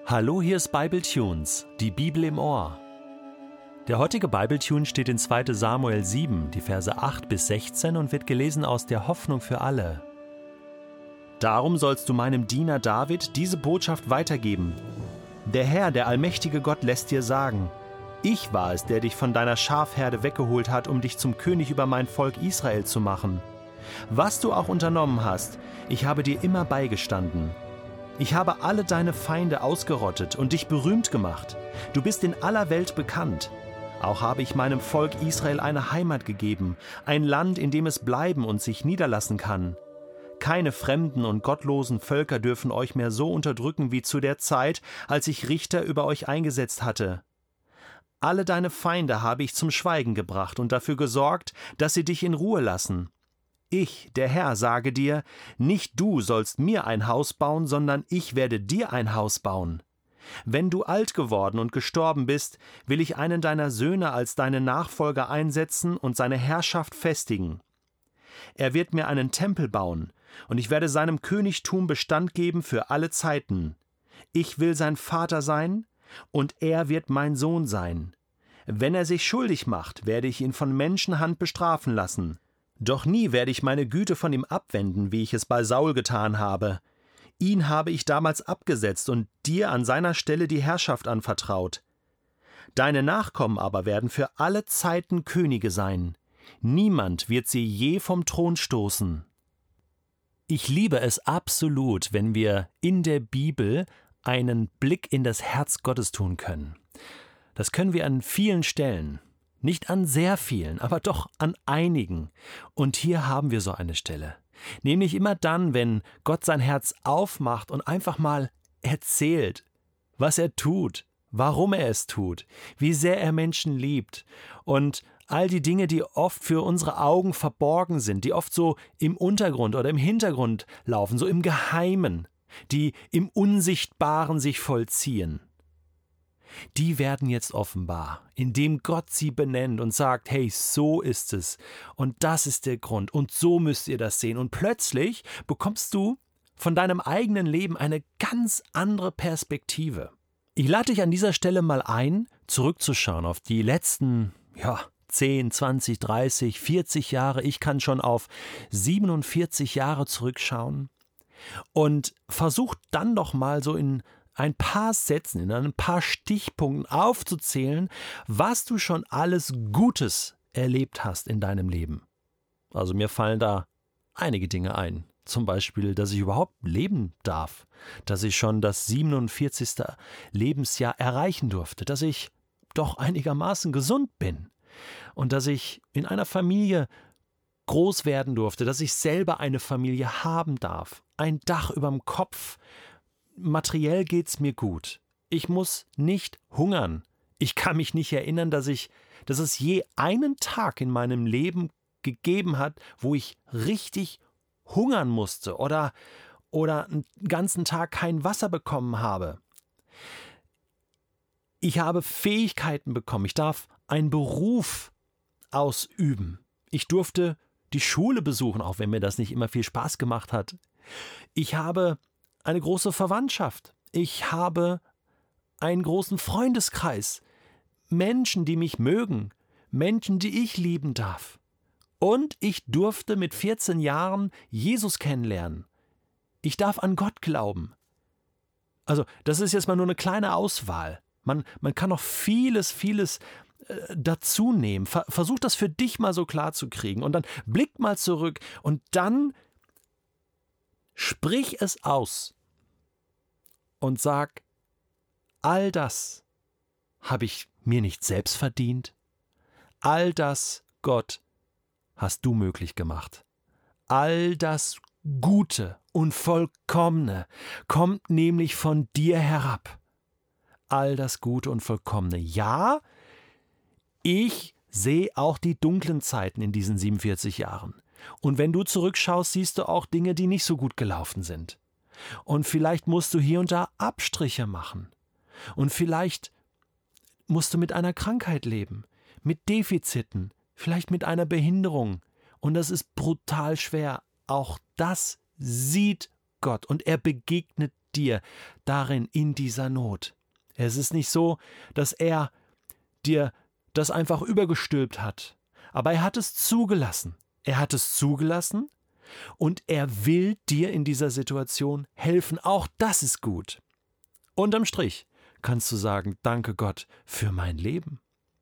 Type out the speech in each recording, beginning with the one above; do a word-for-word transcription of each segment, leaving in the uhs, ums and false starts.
Hallo, hier ist Bibletunes, die Bibel im Ohr. Der heutige Bibletune steht in zweiter Samuel sieben, die Verse acht bis sechzehn und wird gelesen aus der Hoffnung für alle. Darum sollst du meinem Diener David diese Botschaft weitergeben. Der Herr, der allmächtige Gott, lässt dir sagen: Ich war es, der dich von deiner Schafherde weggeholt hat, um dich zum König über mein Volk Israel zu machen. Was du auch unternommen hast, ich habe dir immer beigestanden. Ich habe alle deine Feinde ausgerottet und dich berühmt gemacht. Du bist in aller Welt bekannt. Auch habe ich meinem Volk Israel eine Heimat gegeben, ein Land, in dem es bleiben und sich niederlassen kann. Keine fremden und gottlosen Völker dürfen euch mehr so unterdrücken wie zu der Zeit, als ich Richter über euch eingesetzt hatte. Alle deine Feinde habe ich zum Schweigen gebracht und dafür gesorgt, dass sie dich in Ruhe lassen. Ich, der Herr, sage dir, nicht du sollst mir ein Haus bauen, sondern ich werde dir ein Haus bauen. Wenn du alt geworden und gestorben bist, will ich einen deiner Söhne als deinen Nachfolger einsetzen und seine Herrschaft festigen. Er wird mir einen Tempel bauen, und ich werde seinem Königtum Bestand geben für alle Zeiten. Ich will sein Vater sein, und er wird mein Sohn sein. Wenn er sich schuldig macht, werde ich ihn von Menschenhand bestrafen lassen. Doch nie werde ich meine Güte von ihm abwenden, wie ich es bei Saul getan habe. Ihn habe ich damals abgesetzt und dir an seiner Stelle die Herrschaft anvertraut. Deine Nachkommen aber werden für alle Zeiten Könige sein. Niemand wird sie je vom Thron stoßen. Ich liebe es absolut, wenn wir in der Bibel einen Blick in das Herz Gottes tun können. Das können wir an vielen Stellen. Nicht an sehr vielen, aber doch an einigen. Und hier haben wir so eine Stelle. Nämlich immer dann, wenn Gott sein Herz aufmacht und einfach mal erzählt, was er tut, warum er es tut, wie sehr er Menschen liebt und all die Dinge, die oft für unsere Augen verborgen sind, die oft so im Untergrund oder im Hintergrund laufen, so im Geheimen, die im Unsichtbaren sich vollziehen. Die werden jetzt offenbar, indem Gott sie benennt und sagt, hey, so ist es und das ist der Grund und so müsst ihr das sehen. Und plötzlich bekommst du von deinem eigenen Leben eine ganz andere Perspektive. Ich lade dich an dieser Stelle mal ein, zurückzuschauen auf die letzten, ja, zehn, zwanzig, dreißig, vierzig Jahre. Ich kann schon auf siebenundvierzig Jahre zurückschauen und versuch dann doch mal so in ein paar Sätzen, in ein paar Stichpunkten aufzuzählen, was du schon alles Gutes erlebt hast in deinem Leben. Also mir fallen da einige Dinge ein. Zum Beispiel, dass ich überhaupt leben darf, dass ich schon das siebenundvierzigste Lebensjahr erreichen durfte, dass ich doch einigermaßen gesund bin und dass ich in einer Familie groß werden durfte, dass ich selber eine Familie haben darf, ein Dach überm Kopf. Materiell geht's mir gut. Ich muss nicht hungern. Ich kann mich nicht erinnern, dass ich, dass es je einen Tag in meinem Leben gegeben hat, wo ich richtig hungern musste oder, oder einen ganzen Tag kein Wasser bekommen habe. Ich habe Fähigkeiten bekommen. Ich darf einen Beruf ausüben. Ich durfte die Schule besuchen, auch wenn mir das nicht immer viel Spaß gemacht hat. Ich habe eine große Verwandtschaft. Ich habe einen großen Freundeskreis. Menschen, die mich mögen. Menschen, die ich lieben darf. Und ich durfte mit vierzehn Jahren Jesus kennenlernen. Ich darf an Gott glauben. Also, das ist jetzt mal nur eine kleine Auswahl. Man, man kann noch vieles, vieles äh, dazu nehmen. Ver, versuch das für dich mal so klar zu kriegen. Und dann blick mal zurück und dann sprich es aus. Und sag, all das habe ich mir nicht selbst verdient. All das, Gott, hast du möglich gemacht. All das Gute und Vollkommene kommt nämlich von dir herab. All das Gute und Vollkommene. Ja, ich sehe auch die dunklen Zeiten in diesen siebenundvierzig Jahren. Und wenn du zurückschaust, siehst du auch Dinge, die nicht so gut gelaufen sind. Und vielleicht musst du hier und da Abstriche machen. Und vielleicht musst du mit einer Krankheit leben, mit Defiziten, vielleicht mit einer Behinderung. Und das ist brutal schwer. Auch das sieht Gott und er begegnet dir darin in dieser Not. Es ist nicht so, dass er dir das einfach übergestülpt hat, aber er hat es zugelassen. Er hat es zugelassen und er will dir in dieser Situation helfen. Auch das ist gut. Unterm Strich kannst du sagen, danke Gott für mein Leben.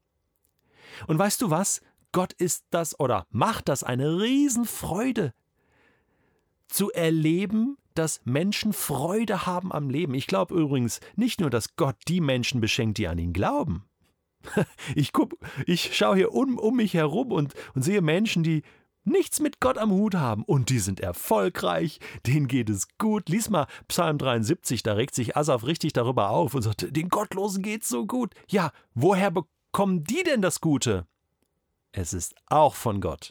Und weißt du was? Gott ist das oder macht das eine Riesenfreude, zu erleben, dass Menschen Freude haben am Leben. Ich glaube übrigens nicht nur, dass Gott die Menschen beschenkt, die an ihn glauben. Ich guck, ich schaue hier um, um mich herum und, und sehe Menschen, die nichts mit Gott am Hut haben und die sind erfolgreich, denen geht es gut. Lies mal Psalm dreiundsiebzig, da regt sich Asaf richtig darüber auf und sagt, den Gottlosen geht's so gut. Ja, woher bekommen die denn das Gute? Es ist auch von Gott.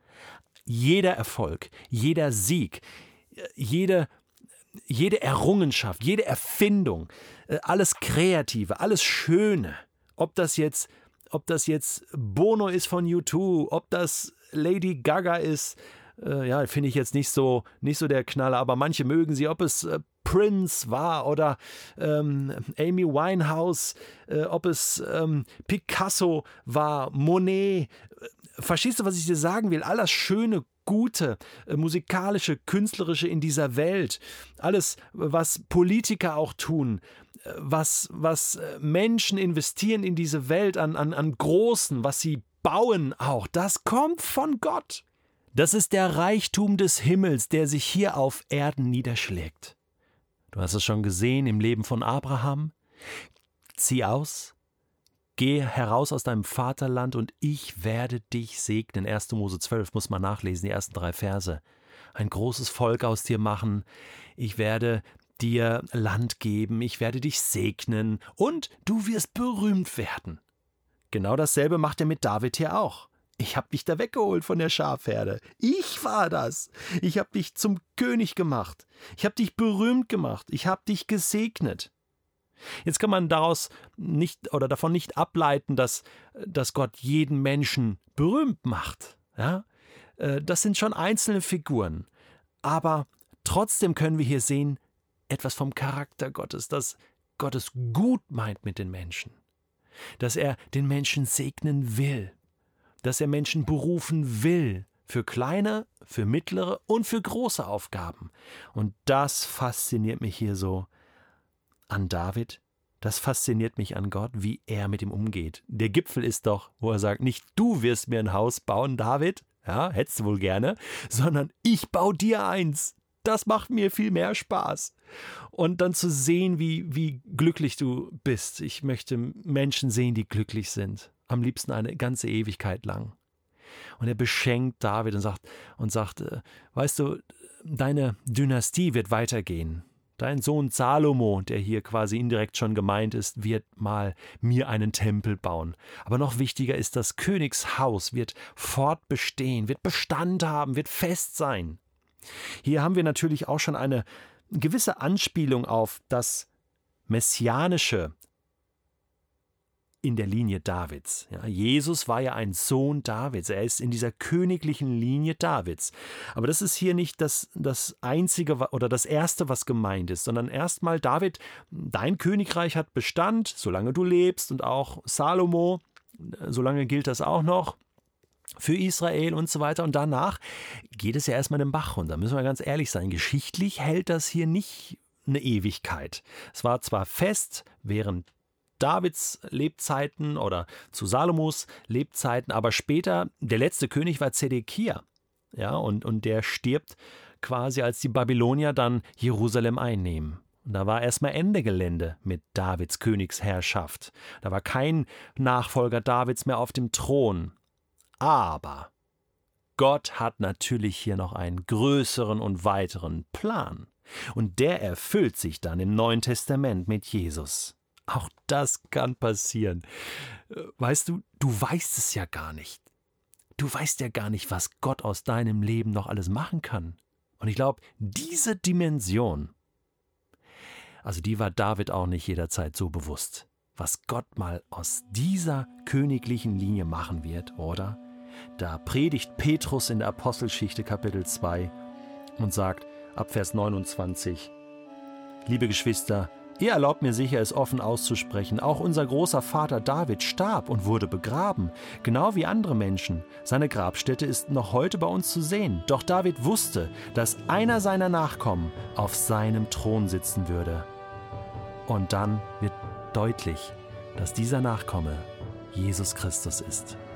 Jeder Erfolg, jeder Sieg, jede, jede Errungenschaft, jede Erfindung, alles Kreative, alles Schöne, ob das jetzt, ob das jetzt Bono ist von U zwei, ob das Lady Gaga ist, äh, ja, finde ich jetzt nicht so, nicht so der Knaller, aber manche mögen sie, ob es äh, Prince war oder ähm, Amy Winehouse, äh, ob es ähm, Picasso war, Monet. Verstehst du, was ich dir sagen will? All das Schöne, Gute, äh, musikalische, künstlerische in dieser Welt, alles, was Politiker auch tun, äh, was, was Menschen investieren in diese Welt an, an, an Großen, was sie bauen auch, das kommt von Gott. Das ist der Reichtum des Himmels, der sich hier auf Erden niederschlägt. Du hast es schon gesehen im Leben von Abraham. Zieh aus, geh heraus aus deinem Vaterland und ich werde dich segnen. erster Mose zwölf muss man nachlesen, die ersten drei Verse. Ein großes Volk aus dir machen. Ich werde dir Land geben, ich werde dich segnen und du wirst berühmt werden. Genau dasselbe macht er mit David hier auch. Ich habe dich da weggeholt von der Schafherde. Ich war das. Ich habe dich zum König gemacht. Ich habe dich berühmt gemacht. Ich habe dich gesegnet. Jetzt kann man daraus nicht oder davon nicht ableiten, dass, dass Gott jeden Menschen berühmt macht. Ja? Das sind schon einzelne Figuren. Aber trotzdem können wir hier sehen, etwas vom Charakter Gottes, dass Gott es gut meint mit den Menschen. Dass er den Menschen segnen will, dass er Menschen berufen will, für kleine, für mittlere und für große Aufgaben. Und das fasziniert mich hier so an David, das fasziniert mich an Gott, wie er mit ihm umgeht. Der Gipfel ist doch, wo er sagt, nicht du wirst mir ein Haus bauen, David, ja, hättest du wohl gerne, sondern ich baue dir eins. Das macht mir viel mehr Spaß. Und dann zu sehen, wie, wie glücklich du bist. Ich möchte Menschen sehen, die glücklich sind. Am liebsten eine ganze Ewigkeit lang. Und er beschenkt David und sagt, und sagt, weißt du, deine Dynastie wird weitergehen. Dein Sohn Salomo, der hier quasi indirekt schon gemeint ist, wird mal mir einen Tempel bauen. Aber noch wichtiger ist, das Königshaus wird fortbestehen, wird Bestand haben, wird fest sein. Hier haben wir natürlich auch schon eine gewisse Anspielung auf das Messianische in der Linie Davids. Ja, Jesus war ja ein Sohn Davids, er ist in dieser königlichen Linie Davids. Aber das ist hier nicht das, das Einzige oder das Erste, was gemeint ist, sondern erstmal David, dein Königreich hat Bestand, solange du lebst, und auch Salomo, solange gilt das auch noch. Für Israel und so weiter. Und danach geht es ja erstmal den Bach runter. Da müssen wir ganz ehrlich sein. Geschichtlich hält das hier nicht eine Ewigkeit. Es war zwar fest während Davids Lebzeiten oder zu Salomos Lebzeiten, aber später, der letzte König war Zedekia. Ja, und, und der stirbt quasi, als die Babylonier dann Jerusalem einnehmen. Und da war erstmal Ende Gelände mit Davids Königsherrschaft. Da war kein Nachfolger Davids mehr auf dem Thron. Aber Gott hat natürlich hier noch einen größeren und weiteren Plan. Und der erfüllt sich dann im Neuen Testament mit Jesus. Auch das kann passieren. Weißt du, du weißt es ja gar nicht. Du weißt ja gar nicht, was Gott aus deinem Leben noch alles machen kann. Und ich glaube, diese Dimension, also die war David auch nicht jederzeit so bewusst, was Gott mal aus dieser königlichen Linie machen wird, oder? Da predigt Petrus in der Apostelgeschichte Kapitel zwei und sagt ab Vers neunundzwanzig: Liebe Geschwister, ihr erlaubt mir sicher, es offen auszusprechen, auch unser großer Vater David starb und wurde begraben, genau wie andere Menschen. Seine Grabstätte ist noch heute bei uns zu sehen. Doch David wusste, dass einer seiner Nachkommen auf seinem Thron sitzen würde. Und dann wird deutlich, dass dieser Nachkomme Jesus Christus ist.